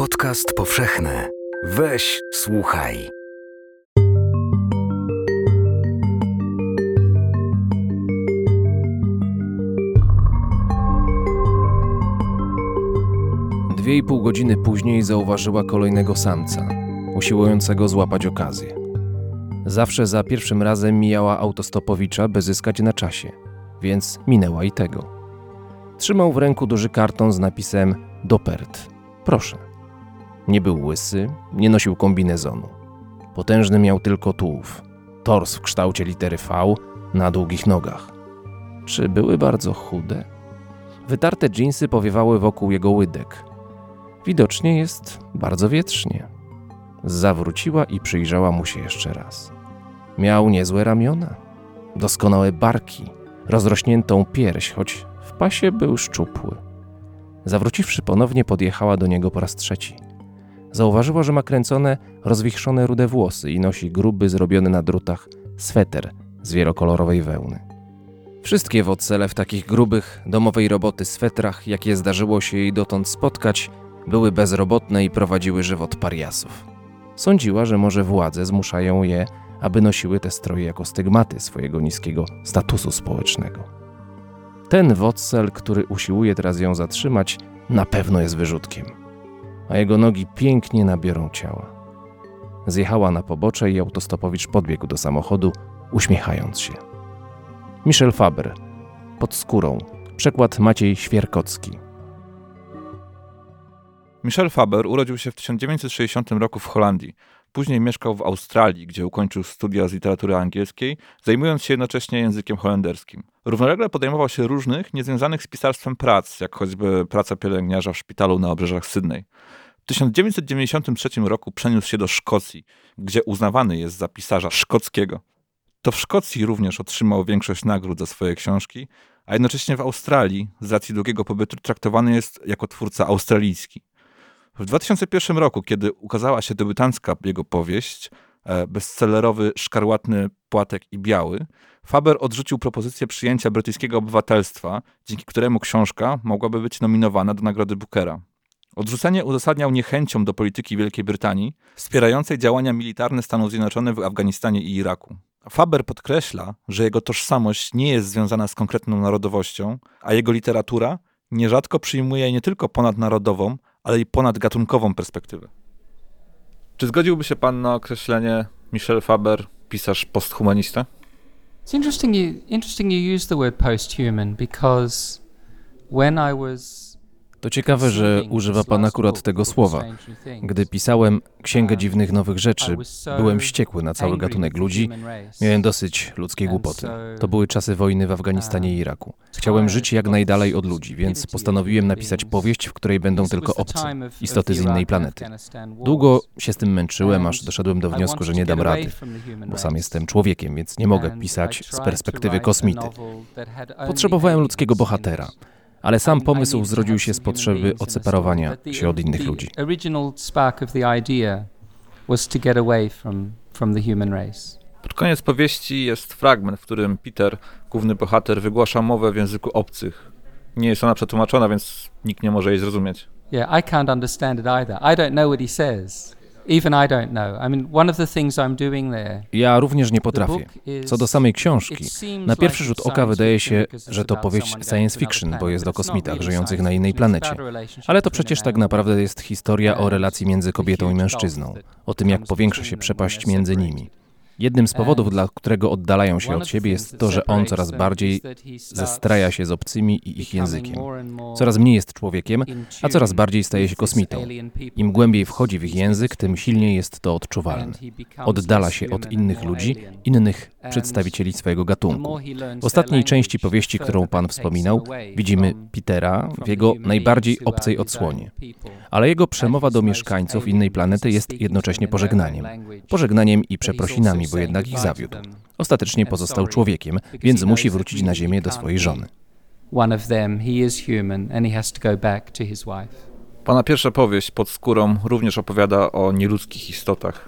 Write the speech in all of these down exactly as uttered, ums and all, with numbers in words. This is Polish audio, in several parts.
Podcast powszechny. Weź, słuchaj. Dwie i pół godziny później zauważyła kolejnego samca, usiłującego złapać okazję. Zawsze za pierwszym razem mijała autostopowicza, by zyskać na czasie, więc minęła i tego. Trzymał w ręku duży karton z napisem Dopert. Proszę. Nie był łysy, nie nosił kombinezonu. Potężny miał tylko tułów, tors w kształcie litery V na długich nogach. Czy były bardzo chude? Wytarte dżinsy powiewały wokół jego łydek. Widocznie jest bardzo wietrznie. Zawróciła i przyjrzała mu się jeszcze raz. Miał niezłe ramiona, doskonałe barki, rozrośniętą pierś, choć w pasie był szczupły. Zawróciwszy ponownie, podjechała do niego po raz trzeci. Zauważyła, że ma kręcone, rozwichrzone rude włosy i nosi gruby, zrobiony na drutach sweter z wielokolorowej wełny. Wszystkie wodsele w takich grubych, domowej roboty swetrach, jakie zdarzyło się jej dotąd spotkać, były bezrobotne i prowadziły żywot pariasów. Sądziła, że może władze zmuszają je, aby nosiły te stroje jako stygmaty swojego niskiego statusu społecznego. Ten wodsel, który usiłuje teraz ją zatrzymać, na pewno jest wyrzutkiem, a jego nogi pięknie nabiorą ciała. Zjechała na pobocze i autostopowicz podbiegł do samochodu, uśmiechając się. Michel Faber, Pod skórą. Przekład Maciej Świerkocki. Michel Faber urodził się w tysiąc dziewięćset sześćdziesiątym roku w Holandii. Później mieszkał w Australii, gdzie ukończył studia z literatury angielskiej, zajmując się jednocześnie językiem holenderskim. Równolegle podejmował się różnych, niezwiązanych z pisarstwem prac, jak choćby praca pielęgniarza w szpitalu na obrzeżach Sydney. W tysiąc dziewięćset dziewięćdziesiątym trzecim roku przeniósł się do Szkocji, gdzie uznawany jest za pisarza szkockiego. To w Szkocji również otrzymał większość nagród za swoje książki, a jednocześnie w Australii, z racji długiego pobytu, traktowany jest jako twórca australijski. W dwa tysiące pierwszym roku, kiedy ukazała się debiutancka jego powieść, bestsellerowy Szkarłatny Płatek i Biały, Faber odrzucił propozycję przyjęcia brytyjskiego obywatelstwa, dzięki któremu książka mogłaby być nominowana do Nagrody Bookera. Odrzucenie uzasadniał niechęcią do polityki Wielkiej Brytanii, wspierającej działania militarne Stanów Zjednoczonych w Afganistanie i Iraku. Faber podkreśla, że jego tożsamość nie jest związana z konkretną narodowością, a jego literatura nierzadko przyjmuje nie tylko ponadnarodową, ale i ponadgatunkową perspektywę. Czy zgodziłby się pan na określenie Michel Faber, pisarz posthumanista? It's interesting you, interesting you use the word posthuman because when I was To ciekawe, że używa pan akurat tego słowa. Gdy pisałem Księgę Dziwnych Nowych Rzeczy, byłem wściekły na cały gatunek ludzi, miałem dosyć ludzkiej głupoty. To były czasy wojny w Afganistanie i Iraku. Chciałem żyć jak najdalej od ludzi, więc postanowiłem napisać powieść, w której będą tylko obcy, istoty z innej planety. Długo się z tym męczyłem, aż doszedłem do wniosku, że nie dam rady, bo sam jestem człowiekiem, więc nie mogę pisać z perspektywy kosmity. Potrzebowałem ludzkiego bohatera. Ale sam pomysł zrodził się z potrzeby odseparowania się od innych ludzi. Pod koniec powieści jest fragment, w którym Peter, główny bohater, wygłasza mowę w języku obcych. Nie jest ona przetłumaczona, więc nikt nie może jej zrozumieć. Yeah, I can't understand it either. I don't know what he says. Even I don't know. I mean, one of the things I'm doing there. Ja również nie potrafię. Co do samej książki, na pierwszy rzut oka wydaje się, że to powieść science fiction, bo jest o kosmitach żyjących na innej planecie. Ale to przecież tak naprawdę jest historia o relacji między kobietą i mężczyzną, o tym, jak powiększa się przepaść między nimi. Jednym z powodów, dla którego oddalają się od siebie, jest to, że on coraz bardziej zestraja się z obcymi i ich językiem. Coraz mniej jest człowiekiem, a coraz bardziej staje się kosmitą. Im głębiej wchodzi w ich język, tym silniej jest to odczuwalne. Oddala się od innych ludzi, innych przedstawicieli swojego gatunku. W ostatniej części powieści, którą pan wspominał, widzimy Petera w jego najbardziej obcej odsłonie. Ale jego przemowa do mieszkańców innej planety jest jednocześnie pożegnaniem. Pożegnaniem i przeprosinami, bo jednak ich zawiódł. Ostatecznie pozostał człowiekiem, więc musi wrócić na ziemię do swojej żony. Pana pierwsza powieść Pod skórą również opowiada o nieludzkich istotach.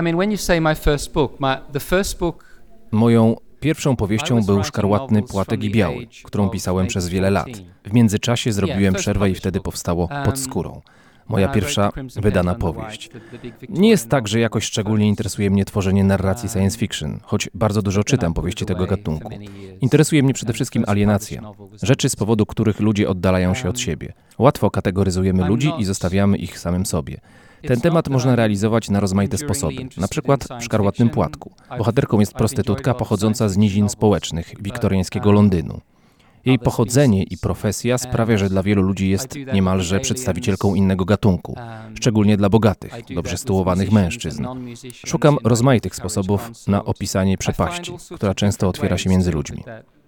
Moją pierwszą powieścią był Szkarłatny Płatek i Biały, którą pisałem przez wiele lat. W międzyczasie zrobiłem przerwę i wtedy powstało Pod skórą. moja pierwsza wydana powieść. Nie jest tak, że jakoś szczególnie interesuje mnie tworzenie narracji science fiction, choć bardzo dużo czytam powieści tego gatunku. Interesuje mnie przede wszystkim alienacja, rzeczy, z powodu których ludzie oddalają się od siebie. Łatwo kategoryzujemy ludzi i zostawiamy ich samym sobie. Ten temat można realizować na rozmaite sposoby, na przykład w Szkarłatnym Płatku. Bohaterką jest prostytutka pochodząca z nizin społecznych wiktoriańskiego Londynu. Jej pochodzenie i profesja sprawia, że dla wielu ludzi jest niemalże przedstawicielką innego gatunku, szczególnie dla bogatych, dobrze sytuowanych mężczyzn. Szukam rozmaitych sposobów na opisanie przepaści, która często otwiera się między ludźmi.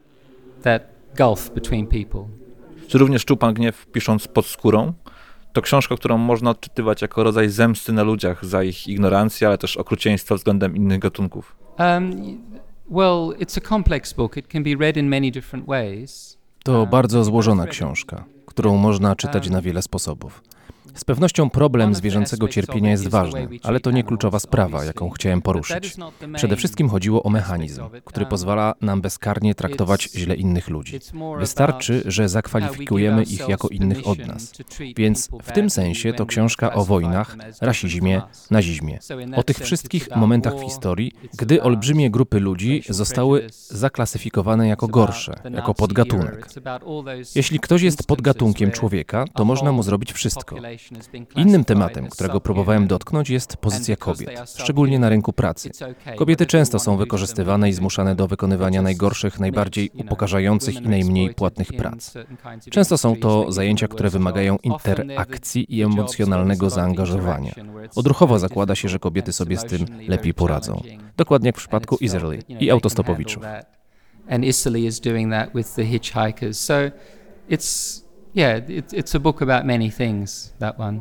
Czy również czuł pan gniew, pisząc Pod skórą? To książka, którą można odczytywać jako rodzaj zemsty na ludziach za ich ignorancję, ale też okrucieństwo względem innych gatunków. Um, well, it's a complex book. It can be read in many different ways. To bardzo złożona książka, którą można czytać na wiele sposobów. Z pewnością problem zwierzęcego cierpienia jest ważny, ale to nie kluczowa sprawa, jaką chciałem poruszyć. Przede wszystkim chodziło o mechanizm, który pozwala nam bezkarnie traktować źle innych ludzi. Wystarczy, że zakwalifikujemy ich jako innych od nas. Więc w tym sensie to książka o wojnach, rasizmie, nazizmie. O tych wszystkich momentach w historii, gdy olbrzymie grupy ludzi zostały zaklasyfikowane jako gorsze, jako podgatunek. Jeśli ktoś jest podgatunkiem człowieka, to można mu zrobić wszystko. Innym tematem, którego próbowałem dotknąć, jest pozycja kobiet, szczególnie na rynku pracy. Kobiety często są wykorzystywane i zmuszane do wykonywania najgorszych, najbardziej upokarzających i najmniej płatnych prac. Często są to zajęcia, które wymagają interakcji i emocjonalnego zaangażowania. Odruchowo zakłada się, że kobiety sobie z tym lepiej poradzą. Dokładnie jak w przypadku Easerly i autostopowiczów. And Easterly is doing that with the hitchhikers. So it's Yeah, it's, it's a book about many things, that one.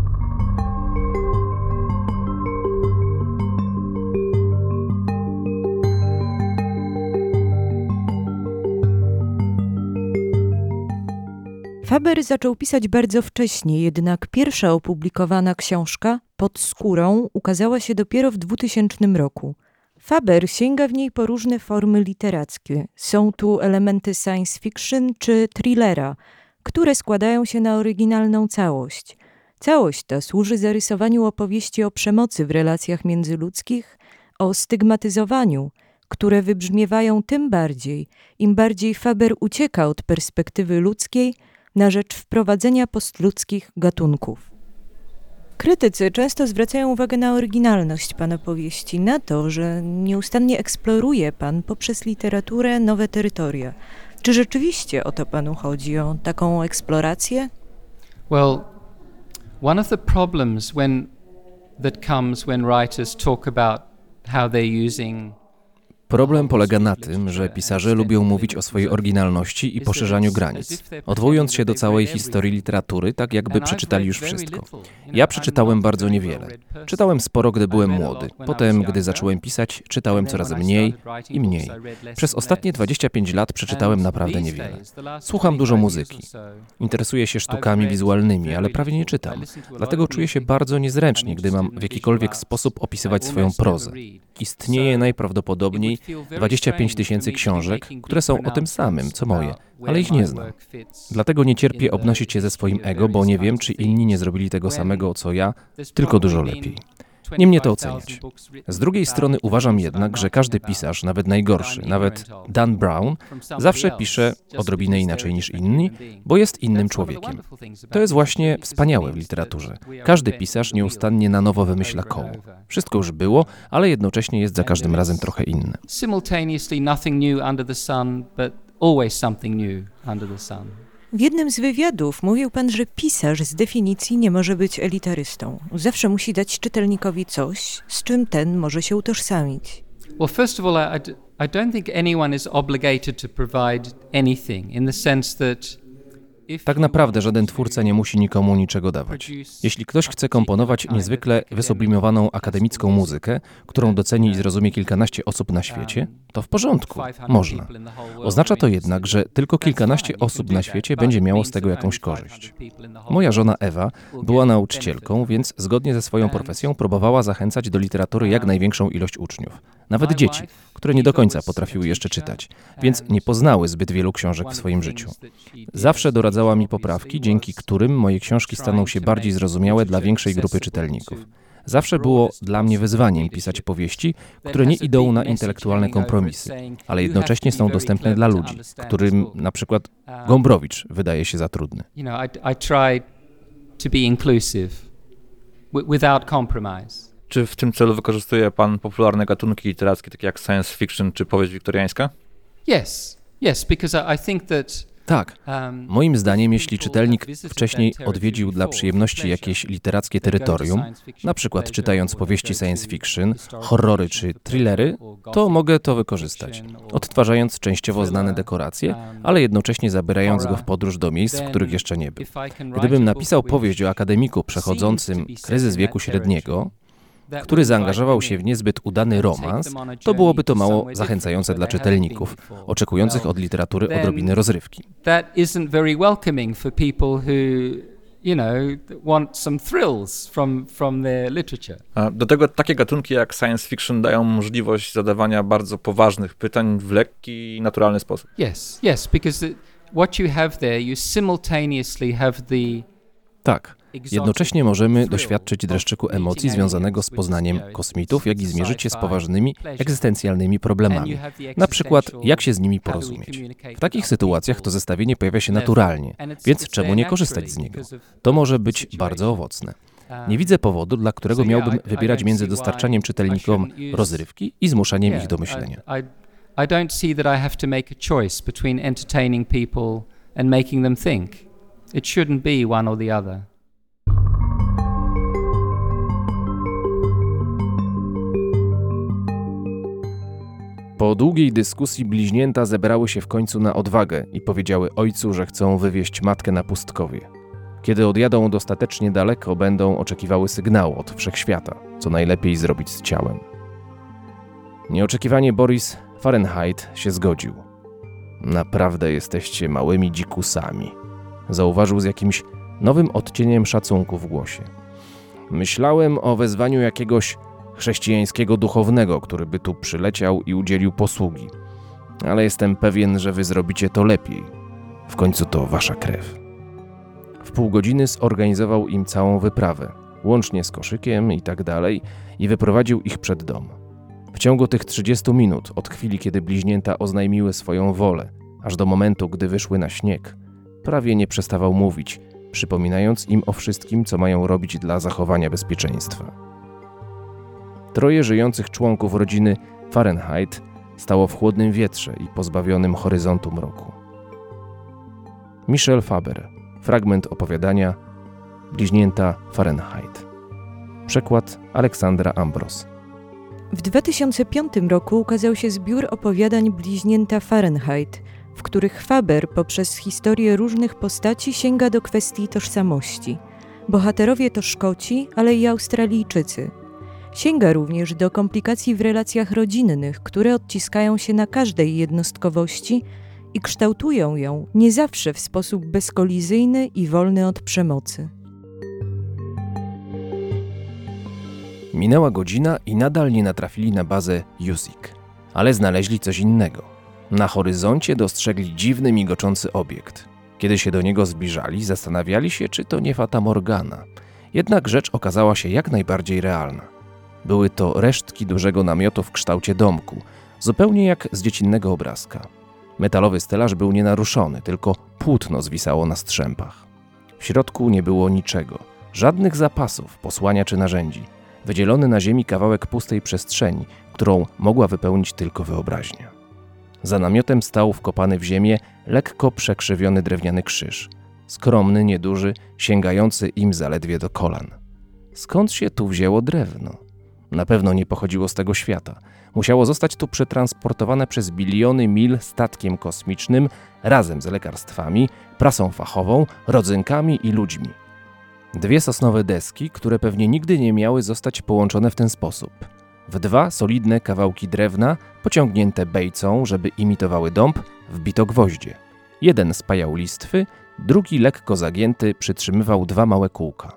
Faber zaczął pisać bardzo wcześnie, jednak pierwsza opublikowana książka Pod skórą ukazała się dopiero w dwutysięcznym roku. Faber sięga w niej po różne formy literackie. Są tu elementy science fiction czy thrillera, które składają się na oryginalną całość. Całość ta służy zarysowaniu opowieści o przemocy w relacjach międzyludzkich, o stygmatyzowaniu, które wybrzmiewają tym bardziej, im bardziej Faber ucieka od perspektywy ludzkiej na rzecz wprowadzenia postludzkich gatunków. Krytycy często zwracają uwagę na oryginalność pana powieści, na to, że nieustannie eksploruje pan poprzez literaturę nowe terytoria. Czy rzeczywiście o to panu chodzi, o taką eksplorację? Well, one of the problems when that comes when writers talk about how they're using Problem polega na tym, że pisarze lubią mówić o swojej oryginalności i poszerzaniu granic, odwołując się do całej historii literatury, tak jakby przeczytali już wszystko. Ja przeczytałem bardzo niewiele. Czytałem sporo, gdy byłem młody. Potem, gdy zacząłem pisać, czytałem coraz mniej i mniej. Przez ostatnie dwadzieścia pięć lat przeczytałem naprawdę niewiele. Słucham dużo muzyki. Interesuję się sztukami wizualnymi, ale prawie nie czytam. Dlatego czuję się bardzo niezręcznie, gdy mam w jakikolwiek sposób opisywać swoją prozę. Istnieje najprawdopodobniej dwadzieścia pięć tysięcy książek, które są o tym samym, co moje, ale ich nie znam. Dlatego nie cierpię obnosić się ze swoim ego, bo nie wiem, czy inni nie zrobili tego samego, co ja, tylko dużo lepiej. Nie mnie to oceniać. Z drugiej strony uważam jednak, że każdy pisarz, nawet najgorszy, nawet Dan Brown, zawsze pisze odrobinę inaczej niż inni, bo jest innym człowiekiem. To jest właśnie wspaniałe w literaturze. Każdy pisarz nieustannie na nowo wymyśla koło. Wszystko już było, ale jednocześnie jest za każdym razem trochę inne. Simultaneously nothing new under the sun, but always something new under the sun. W jednym z wywiadów mówił pan, że pisarz z definicji nie może być elitarystą. Zawsze musi dać czytelnikowi coś, z czym ten może się utożsamić. Well, first of all, I, I don't think anyone is obligated to provide anything in the sense that Tak naprawdę żaden twórca nie musi nikomu niczego dawać. Jeśli ktoś chce komponować niezwykle wysublimowaną akademicką muzykę, którą doceni i zrozumie kilkanaście osób na świecie, to w porządku, można. Oznacza to jednak, że tylko kilkanaście osób na świecie będzie miało z tego jakąś korzyść. Moja żona Ewa była nauczycielką, więc zgodnie ze swoją profesją próbowała zachęcać do literatury jak największą ilość uczniów. nawet dzieci, które nie do końca potrafiły jeszcze czytać, więc nie poznały zbyt wielu książek w swoim życiu. Zawsze doradzała mi poprawki, dzięki którym moje książki staną się bardziej zrozumiałe dla większej grupy czytelników. Zawsze było dla mnie wyzwaniem pisać powieści, które nie idą na intelektualne kompromisy, ale jednocześnie są dostępne dla ludzi, którym na przykład Gombrowicz wydaje się za trudny. You know, I, I try to be inclusive wi- without compromise. Czy w tym celu wykorzystuje pan popularne gatunki literackie, takie jak science fiction czy powieść wiktoriańska? Yes, yes, because I, I think that Tak. um, Moim zdaniem, jeśli czytelnik wcześniej odwiedził dla przyjemności jakieś literackie terytorium, na przykład czytając powieści science fiction, horrory czy thrillery, to mogę to wykorzystać, odtwarzając częściowo znane dekoracje, ale jednocześnie zabierając go w podróż do miejsc, w których jeszcze nie był. Gdybym napisał powieść o akademiku przechodzącym kryzys wieku średniego, który zaangażował się w niezbyt udany romans, to byłoby to mało zachęcające dla czytelników, oczekujących od literatury odrobiny rozrywki. that isn't very welcoming for people who, you know, want some thrills from, from their literature. A do tego takie gatunki jak science fiction dają możliwość zadawania bardzo poważnych pytań w lekki i naturalny sposób. Yes, yes, because the, what you have there, you simultaneously have the Tak. Jednocześnie możemy doświadczyć dreszczyku emocji związanego z poznaniem kosmitów, jak i zmierzyć się z poważnymi, egzystencjalnymi problemami. Na przykład, jak się z nimi porozumieć. W takich sytuacjach to zestawienie pojawia się naturalnie, więc czemu nie korzystać z niego? To może być bardzo owocne. Nie widzę powodu, dla którego miałbym wybierać między dostarczaniem czytelnikom rozrywki i zmuszaniem ich do myślenia. I, I don't see that I have to make a choice between entertaining people and making them think. It shouldn't be one or the other. Po długiej dyskusji bliźnięta zebrały się w końcu na odwagę i powiedziały ojcu, że chcą wywieźć matkę na pustkowie. Kiedy odjadą dostatecznie daleko, będą oczekiwały sygnału od wszechświata, co najlepiej zrobić z ciałem. Nieoczekiwanie Boris Fahrenheit się zgodził. Naprawdę jesteście małymi dzikusami, zauważył z jakimś nowym odcieniem szacunku w głosie. Myślałem o wezwaniu jakiegoś chrześcijańskiego duchownego, który by tu przyleciał i udzielił posługi. Ale jestem pewien, że wy zrobicie to lepiej. W końcu to wasza krew. W pół godziny zorganizował im całą wyprawę, łącznie z koszykiem i tak dalej, i wyprowadził ich przed dom. W ciągu tych trzydziestu minut, od chwili, kiedy bliźnięta oznajmiły swoją wolę, aż do momentu, gdy wyszły na śnieg, prawie nie przestawał mówić, przypominając im o wszystkim, co mają robić dla zachowania bezpieczeństwa. Troje żyjących członków rodziny Fahrenheit stało w chłodnym wietrze i pozbawionym horyzontu mroku. Michel Faber. Fragment opowiadania Bliźnięta Fahrenheit. Przekład Aleksandra Ambros. W dwa tysiące piątym roku ukazał się zbiór opowiadań Bliźnięta Fahrenheit, w których Faber poprzez historię różnych postaci sięga do kwestii tożsamości. Bohaterowie to Szkoci, ale i Australijczycy. Sięga również do komplikacji w relacjach rodzinnych, które odciskają się na każdej jednostkowości i kształtują ją nie zawsze w sposób bezkolizyjny i wolny od przemocy. Minęła godzina i nadal nie natrafili na bazę Jusik, ale znaleźli coś innego. Na horyzoncie dostrzegli dziwny, migoczący obiekt. Kiedy się do niego zbliżali, zastanawiali się, czy to nie Fata Morgana. Jednak rzecz okazała się jak najbardziej realna. Były to resztki dużego namiotu w kształcie domku, zupełnie jak z dziecinnego obrazka. Metalowy stelaż był nienaruszony, tylko płótno zwisało na strzępach. W środku nie było niczego, żadnych zapasów, posłania czy narzędzi. Wydzielony na ziemi kawałek pustej przestrzeni, którą mogła wypełnić tylko wyobraźnia. Za namiotem stał wkopany w ziemię lekko przekrzywiony drewniany krzyż. Skromny, nieduży, sięgający im zaledwie do kolan. Skąd się tu wzięło drewno? Na pewno nie pochodziło z tego świata. Musiało zostać tu przetransportowane przez biliony mil statkiem kosmicznym razem z lekarstwami, prasą fachową, rodzynkami i ludźmi. Dwie sosnowe deski, które pewnie nigdy nie miały zostać połączone w ten sposób. W dwa solidne kawałki drewna, pociągnięte bejcą, żeby imitowały dąb, wbito gwoździe. Jeden spajał listwy, drugi lekko zagięty przytrzymywał dwa małe kółka.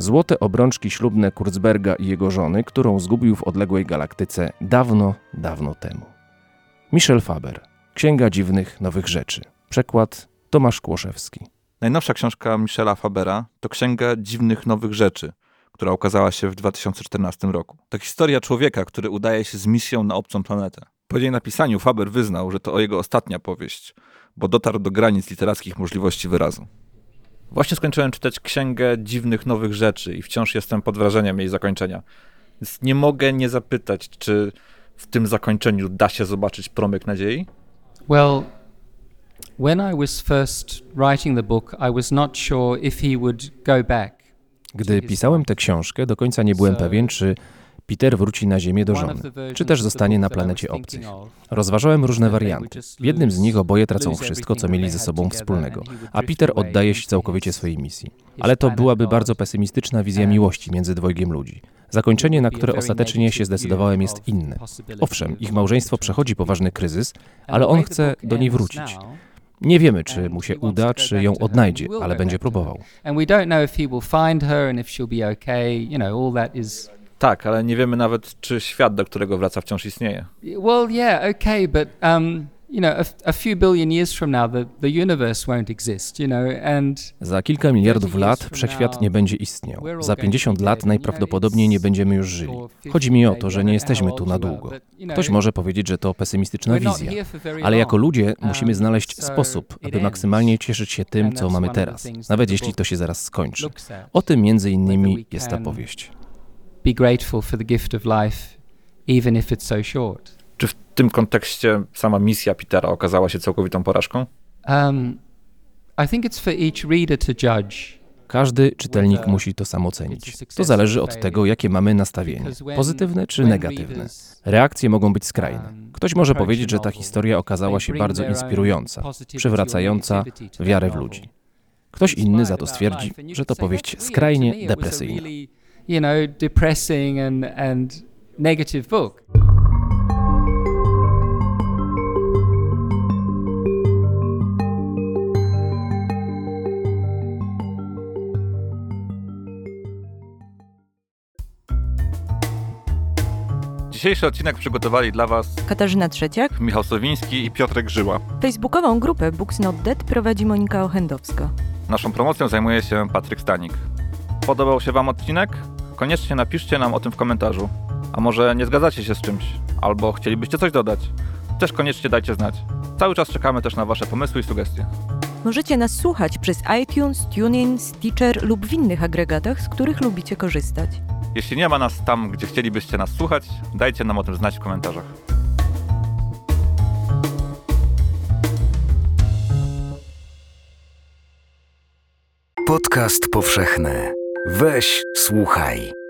Złote obrączki ślubne Kurzberga i jego żony, którą zgubił w odległej galaktyce dawno, dawno temu. Michel Faber. Księga dziwnych nowych rzeczy. Przekład Tomasz Kłoszewski. Najnowsza książka Michela Fabera to Księga dziwnych nowych rzeczy, która ukazała się w dwa tysiące czternastym roku. To historia człowieka, który udaje się z misją na obcą planetę. Po jej napisaniu Faber wyznał, że to jego ostatnia powieść, bo dotarł do granic literackich możliwości wyrazu. Właśnie skończyłem czytać Księgę dziwnych nowych rzeczy i wciąż jestem pod wrażeniem jej zakończenia. Więc nie mogę nie zapytać, czy w tym zakończeniu da się zobaczyć promyk nadziei? Well, when I was first writing the book, I was not sure if he would go back. Gdy pisałem tę książkę, do końca nie byłem pewien, czy Peter wróci na Ziemię do żony, czy też zostanie na planecie obcych. Rozważałem różne warianty. W jednym z nich oboje tracą wszystko, co mieli ze sobą wspólnego, a Peter oddaje się całkowicie swojej misji. Ale to byłaby bardzo pesymistyczna wizja miłości między dwojgiem ludzi. Zakończenie, na które ostatecznie się zdecydowałem, jest inne. Owszem, ich małżeństwo przechodzi poważny kryzys, ale on chce do niej wrócić. Nie wiemy, czy mu się uda, czy ją odnajdzie, ale będzie próbował. Tak, ale nie wiemy nawet, czy świat, do którego wraca, wciąż istnieje. Well, yeah, okay, but um, you know, a, a few billion years from now, the, the universe won't exist, you know, and Za kilka miliardów lat wszechświat nie będzie istniał. Za pięćdziesiąt lat najprawdopodobniej nie będziemy już żyli. Chodzi mi o to, że nie jesteśmy tu na długo. Ktoś może powiedzieć, że to pesymistyczna wizja, ale jako ludzie musimy znaleźć sposób, aby maksymalnie cieszyć się tym, co mamy teraz, nawet jeśli to się zaraz skończy. O tym między innymi jest ta powieść. Be grateful for the gift of life, even if it's so short. Czy w tym kontekście sama misja Petera okazała się całkowitą porażką? Um, I think it's for each reader to judge. Każdy czytelnik musi to sam ocenić. To zależy od tego, jakie mamy nastawienie, pozytywne czy negatywne. Reakcje mogą być skrajne. Ktoś może powiedzieć, że ta historia okazała się bardzo inspirująca, przywracająca wiarę w ludzi. Ktoś inny za to stwierdzi, że to powieść skrajnie depresyjna. You know, depressing and, and negative book. Dzisiejszy odcinek przygotowali dla Was Katarzyna Trzeciak, Michał Sowiński i Piotrek Żyła. Facebookową grupę Books Not Dead prowadzi Monika Ochendowska. Naszą promocją zajmuje się Patryk Stanik. Podobał się Wam odcinek? Koniecznie napiszcie nam o tym w komentarzu. A może nie zgadzacie się z czymś? Albo chcielibyście coś dodać? Też koniecznie dajcie znać. Cały czas czekamy też na Wasze pomysły i sugestie. Możecie nas słuchać przez iTunes, TuneIn, Stitcher lub w innych agregatach, z których lubicie korzystać. Jeśli nie ma nas tam, gdzie chcielibyście nas słuchać, dajcie nam o tym znać w komentarzach. Podcast powszechny. Weź, słuchaj.